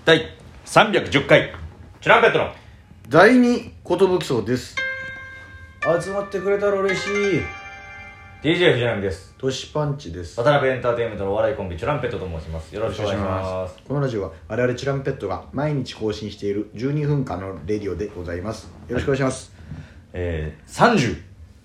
第310回チュランペットの第二寿荘です。集まってくれたら嬉しい。 DJ 藤波です。 トシパンチです。 渡辺エンターテインメントのお笑いコンビチュランペットと申します。よろしくお願いします。 このラジオは我々チュランペットが毎日更新している12分間のレディオでございます。よろしくお願いします。 30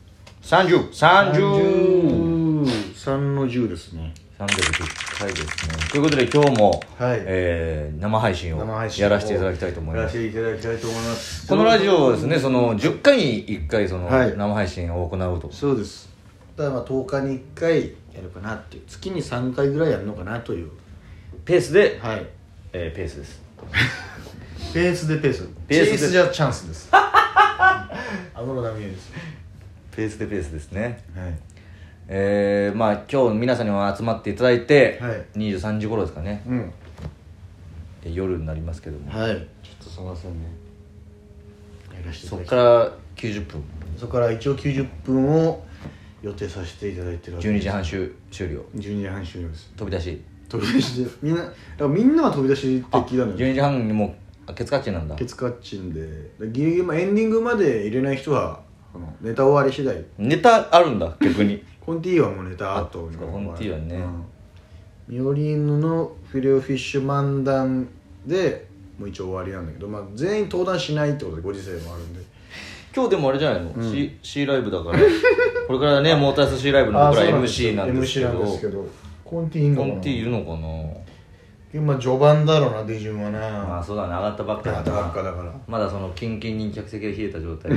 3の10ですね。 310回ですね。ということで今日も、 はい生配信をやらせていただきたいと思います。 やらせていただきたいと思います。 このラジオはですね、その10回に1回そのはい生配信を行うと。 そうです。ただまあ10日に1回やるかなっていう、月に3回ぐらいやるのかなというペースで、 はい、 ペースです。 ペースでペース。 ペースでチェイスじゃチャンスです。安室奈美恵です。 ペースでペースですね。 はい。 まあ今日皆さんにも集まっていただいて、 はい、 23時頃ですかね、 うん、 夜になりますけども、 はい、ちょっとすみませんね。やらせていただきます。 そこから90分、 そこから一応90分を予定させていただいてるわけです。 12時半終了、 12時半終了です。 飛び出し飛び出しでみんな、だからみんなは飛び出しって聞いたのよ。 12時半にもうケツカッチンなんだ。 ケツカッチンでギリギリ、まあ、エンディングまで入れない人はネタ終わり次第。 ネタあるんだ逆に。 コンティーはもうネタあとコンティーはね、 ミオリーヌのフィレオフィッシュ漫談でもう一応終わりなんだけど、まあ、全員登壇しないってことでご時世もあるんで、 今日でもあれじゃないの、C ライブだからこれからねモータース C ライブの僕ら MC なんですけど、 MC なんですけど、コンティーいるのかな。 コンティーいるのかな。 今序盤だろうな、出順はな。 まあそうだね、上がったばっか上がったばっかだから、 まだそのキンキンに客席が冷えた状態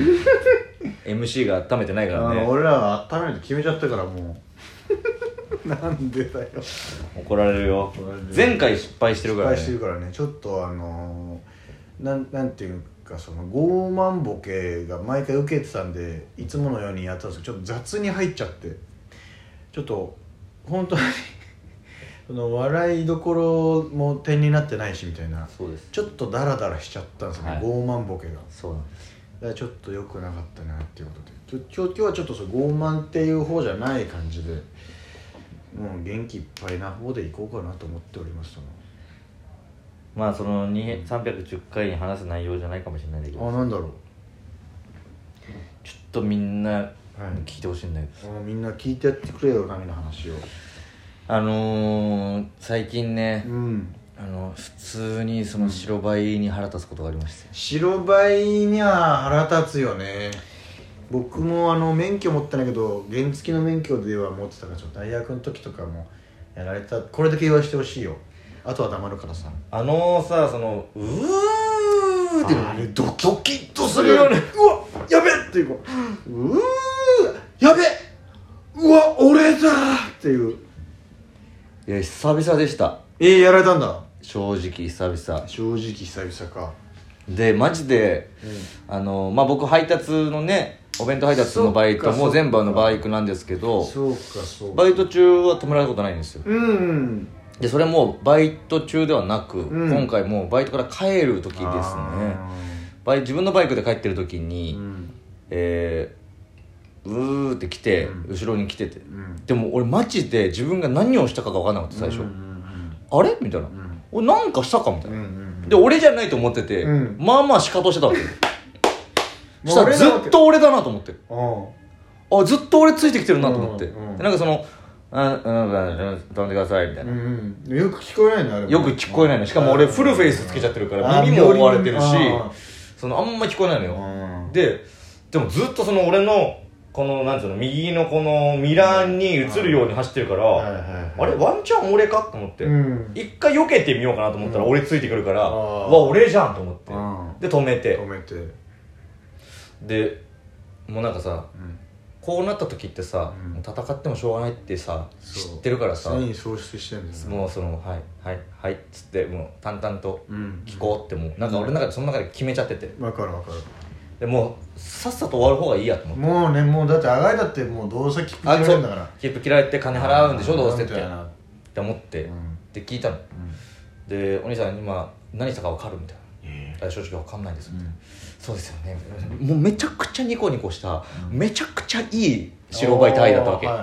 MC が温めてないからね。 俺らは温めると決めちゃったからもうなんでだよ、 怒られるよ。前回失敗してるからね。 失敗してるからね。ちょっとなんていうか、その傲慢ボケが毎回受けてたんでいつものようにやったんですけど、ちょっと雑に入っちゃって、ちょっと本当にその笑いどころも点になってないしみたいな。 そうです。 ちょっとダラダラしちゃったんですよね、 はい、 傲慢ボケが。 そうなんです。 だからちょっと良くなかったなっていうことで、今日はちょっと傲慢っていう方じゃない感じで、もう元気いっぱいな方でいこうかなと思っております。 まあその310回に話す内容じゃないかもしれないんだけど、 なんだろう、 ちょっとみんな聞いてほしいんだけど、 みんな聞いてやってくれよ、波の話を。 最近ね、普通にその白バイに腹立つことがありまして、 白バイには腹立つよね。僕も免許持ってないけど原付の免許では持ってたから、ちょっと大学の時とかもやられた。これだけ言わせてほしいよ、あとは黙るからさ。 そのうーってあれドキッとするよね。うわやべっていうか、やべ、うわ俺だっていう。 いや久々でした。 やられたんだ。 正直久々 か。 でマジで、まあ僕配達のね、お弁当配達のバイトも全部バイクなんですけど、バイト中は止められたことないんですよ。でそれもバイト中ではなく、今回もバイトから帰る時ですね。自分のバイクで帰ってる時に、うーって来て、後ろに来てて、でも俺マジで自分が何をしたかが分からなかった最初。あれみたいな、俺なんかしたかみたいな、で俺じゃないと思ってて、まあまあ仕方してたわけしたらずっと俺だなと思って、ずっと俺ついてきてるなと思って、なんかその止めてくださいみたいな、 よく聞こえないの。あれよく聞こえないの。しかも俺フルフェイスつけちゃってるから耳も覆われてるし、そのあんま聞こえないのよ。でもずっとその俺のこのなんつうの、右のこのミラーに映るように走ってるから、あれワンチャン俺かと思って、一回避けてみようかなと思ったら俺ついてくるから、俺じゃんと思って、で止めてでもうなんかさ、こうなった時ってさ、戦ってもしょうがないってさ知ってるからさ、 常に喪失してるんですよね。 もうそのはいっつってもう淡々と聞こうって、もうなんか俺の中でその中で決めちゃってて、 わかるでもうさっさと終わる方がいいやと思って、 もうだってあがいだってもうどうせ切符切られるんだから、 切符切られて金払うんでしょどうせって思って、で聞いたの、でお兄さん今何したか分かるみたいな、正直分かんないですみたいな、そうですよねみたいな、もうめちゃくちゃニコニコした、めちゃくちゃいい白バイ隊だったわけ。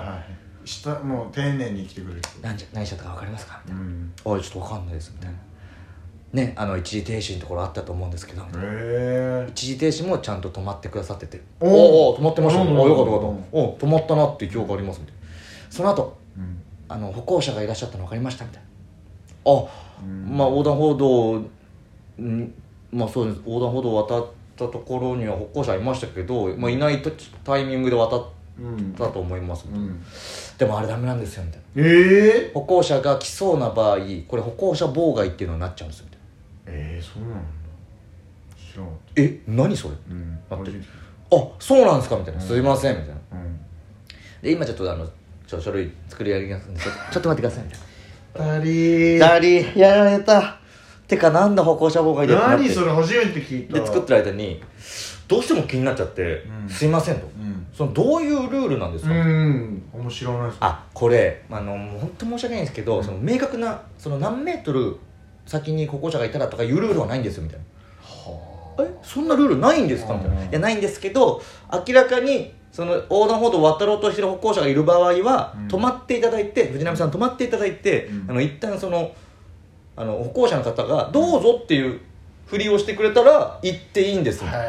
もう丁寧に生きてくれる。 何しちゃったか分かりますかみたいな、ちょっと分かんないですみたいな、 ね一時停止のところあったと思うんですけど、一時停止もちゃんと止まってくださってて、おお止まってましたね、よかったよかった、お止まったなっていう記憶ありますみたいな。その後、歩行者がいらっしゃったの分かりましたみたいな。まあ横断歩道まあそうです、横断歩道を渡ったところには歩行者いましたけど、まあ、いないタイミングで渡ったと思いますみたいな、でもあれダメなんですよみたいな、歩行者が来そうな場合これ歩行者妨害っていうのになっちゃうんですよみたいな。 そうなんだ、知らんかった。 何それ、待って、そうなんですかみたいな、すいませんみたいな、で今ちょっと書類作り上げますんでちょっと待ってくださいみたいな。ダリーやられたてかなんだ歩行者妨害でってなって、 何それ初めて聞いた。 で作ってる間にどうしても気になっちゃって、すいませんと、そのどういうルールなんですか。 面白いです。 これ本当申し訳ないんですけど、その明確なその何メートル先に歩行者がいたらとかいうルールはないんですよみたいな。そんなルールないんですかみたいな。いやないんですけど、明らかにその横断歩道を渡ろうとしている歩行者がいる場合は、止まっていただいて、藤波さん止まっていただいて、一旦その歩行者の方がどうぞっていうふりをしてくれたら行っていいんですよ。ちょっ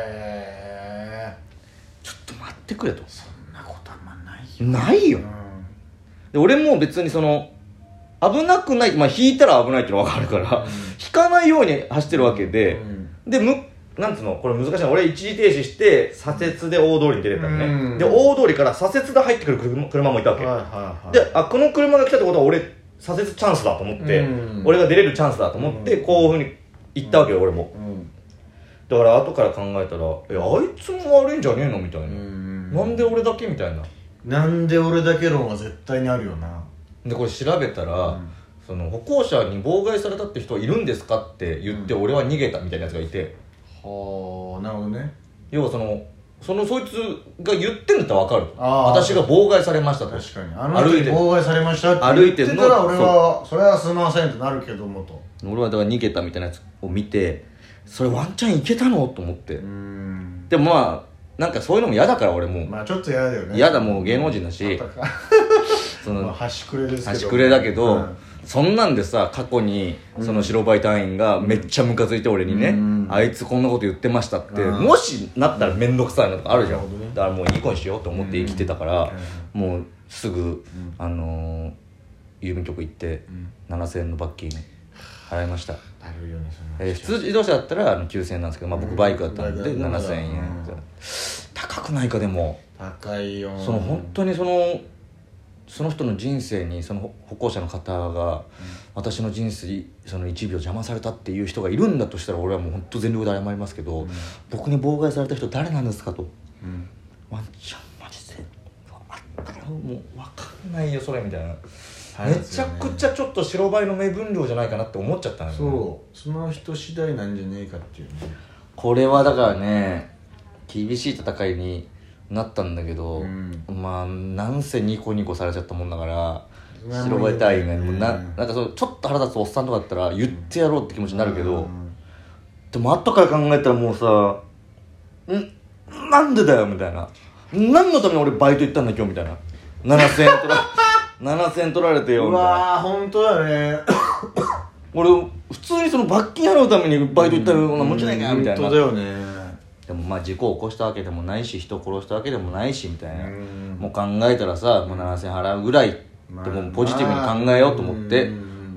と待ってくれと。 そんなことあんまないよ、で俺も別にその危なくない、引いたら危ないっていうの分かるから、引かないように走ってるわけで、でなんつうのこれ難しいの、俺一時停止して左折で大通りに出れたのね、で大通りから左折で入ってくる車もいたわけ、でこの車が来たってことは俺左折チャンスだと思って、俺が出れるチャンスだと思って、こういうふうに言ったわけよ俺も、だから後から考えたらあいつも悪いんじゃねえのみたいな、なんで俺だけみたいな、 なんで俺だけ論は絶対にあるよな。 でこれ調べたら、その歩行者に妨害されたって人はいるんですかって言って、俺は逃げたみたいなやつがいて、 はあ、なるほどね。 要はそいつが言ってんだったら分かる、私が妨害されましたと。 確かに歩いて妨害されましたって言ってたら俺はそれはすみませんってなるけどもと。 俺はだから逃げたみたいなやつを見て、それワンチャンいけたのと思って、でもなんかそういうのも嫌だから俺もちょっと嫌だよね。 嫌だ、もう芸能人だし端くれですけど、 端くれだけど、そんなんでさ、過去にその白バイ隊員がめっちゃムカついて俺にね、あいつこんなこと言ってましたって、もしなったら面倒くさいなとかあるじゃん、だからもういい子にしようと思って生きてたから、もうすぐ郵便局行って7000円の罰金払いました。普通自動車だったら9000円なんですけど、僕バイクだったんで7000円、高くないか。でも高いよ。 本当にその人の人生にその歩行者の方が、私の人生その1秒邪魔されたっていう人がいるんだとしたら、俺はもう本当全力で謝りますけど、僕に妨害された人誰なんですかと、ワンチャンマジであったらもう分かんないよそれみたいな、めちゃくちゃちょっと白バイの目分量じゃないかなって思っちゃったのよね。 その人次第なんじゃねえかっていうね。 これはだからね、厳しい戦いになったんだけど、なんせニコニコされちゃったもんだから、白バイ隊員がなんかちょっと腹立つおっさんとかだったら言ってやろうって気持ちになるけど、でも後から考えたらもうさ、なんでだよみたいな、何のために俺バイト行ったんだ今日みたいな、7000円取られてよみたいな。 うわー本当だね俺普通にその罰金払うためにバイト行ったようなもんじゃないかみたいな。 本当だよね。 でも事故を起こしたわけでもないし、人を殺したわけでもないしみたいな、もう考えたらさ、もう7000円払うぐらいでもポジティブに考えようと思って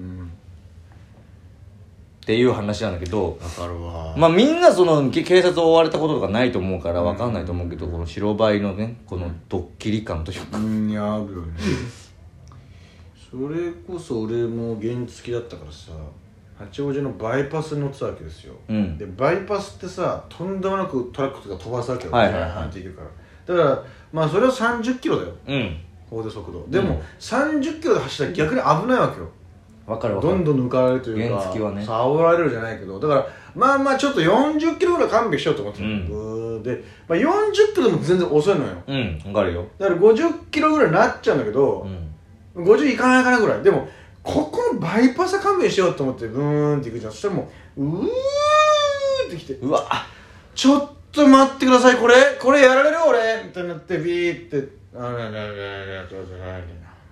っていう話なんだけど、 わかるわ。 みんなその警察を追われたこととかないと思うから分かんないと思うけど、この白バイのねこのドッキリ感というか、 いやあるよねそれこそ俺も原付だったからさ、八王子のバイパスに乗ってたわけですよ、でバイパスってさ、とんでもなくトラックとか飛ばすわけよ、っていうからだからそれは30キロだよ、法定速度でも、30キロで走ったら逆に危ないわけよ。 分かる。 どんどん抜かれるというか、 原付はね、 煽られるじゃないけど、だからちょっと40キロぐらい勘弁しようと思ってた、で、40キロでも全然遅いのよ。 分かるよ。 だから50キロぐらいになっちゃうんだけど、50いかないかなぐらいでも、ここのバイパスは勘弁しようと思ってブーンっていくじゃん。そしたらもううーってきて、うわちょっと待ってください、これやられる俺みたいになって、ビーって絶対ビー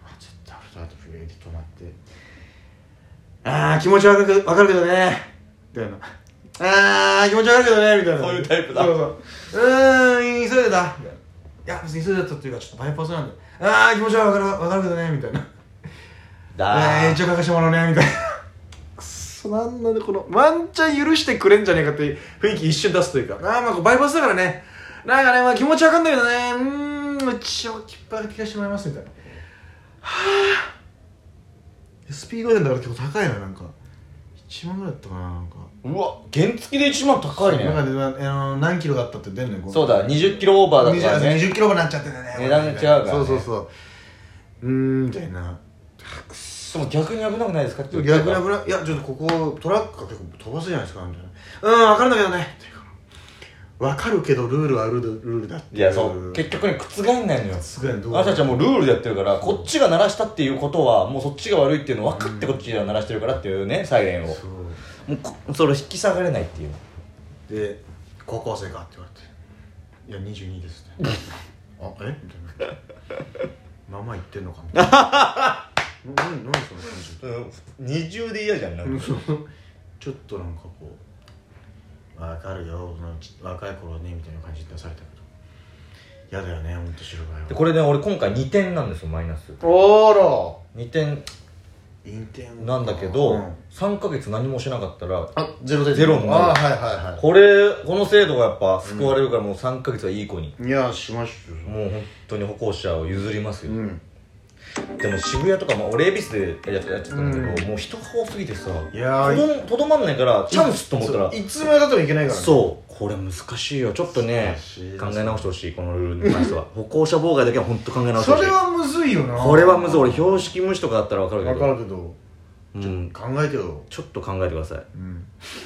って止まって、気持ちわかるけどね、 たいな気持ち悪いけどねみたいなそういうタイプだそう急いでたみたいないや別に急いでたっていうかちょっとバイパスなんで気持ちは分かるけどねみたいな一応書かしてもらうねみたいなくそなんでこのワンチャン許してくれんじゃねえかって雰囲気一瞬出すというかまあバイパスだからねなんかね、まあ、気持ちわかんないけどね一応きっぱり聞かせてもらいますみたいなスピード変だから結構高いのよなんか1万ぐらいだったかななんかうわ原付で1万高いねなんかで何キロだったって出んのよそうだ20キロオーバーだからね 20キロオーバーになっちゃってね値段が違うからねそうみたいなでも逆に危なくないですかって逆に危ないいやちょっとここトラックが結構飛ばすじゃないですかみたいな分かるんだけどねって分かるけどルールはルールだっていやそう結局ね覆んないのよ覆んないあなたたちはもうルールでやってるからこっちが鳴らしたっていうことはもうそっちが悪いっていうの分かってこっちが鳴らしてるからっていうねサイレンをもうそれ引き下がれないっていうで高校生かって言われていや22ですってあえみたいなママ言ってんのかみたいな何その感じ二重で嫌じゃんなんかちょっとなんかこう分かるよ若い頃はねみたいな感じで出されたけど嫌だよねほんと白バイはでこれね俺今回2点なんですよマイナスあら 2点なんだけど、3ヶ月何もしなかったらゼロでゼロになるはいはいはいこの制度がやっぱ救われるからもう3ヶ月はいい子にいやしましたよもう本当に歩行者を譲りますよ、でも渋谷とか、俺恵比寿でやってたんだけど、もう人が多すぎてさいやとどまんないからチャンスと思ったらいつまでたってもいけないからねそうこれ難しいよちょっとね考え直してほしいこのルールに関しては歩行者妨害だけは本当考え直してほしいそれはむずいよなこれはむずい俺標識無視とかだったら分かるけど分かるけど考えてよちょっと考えてください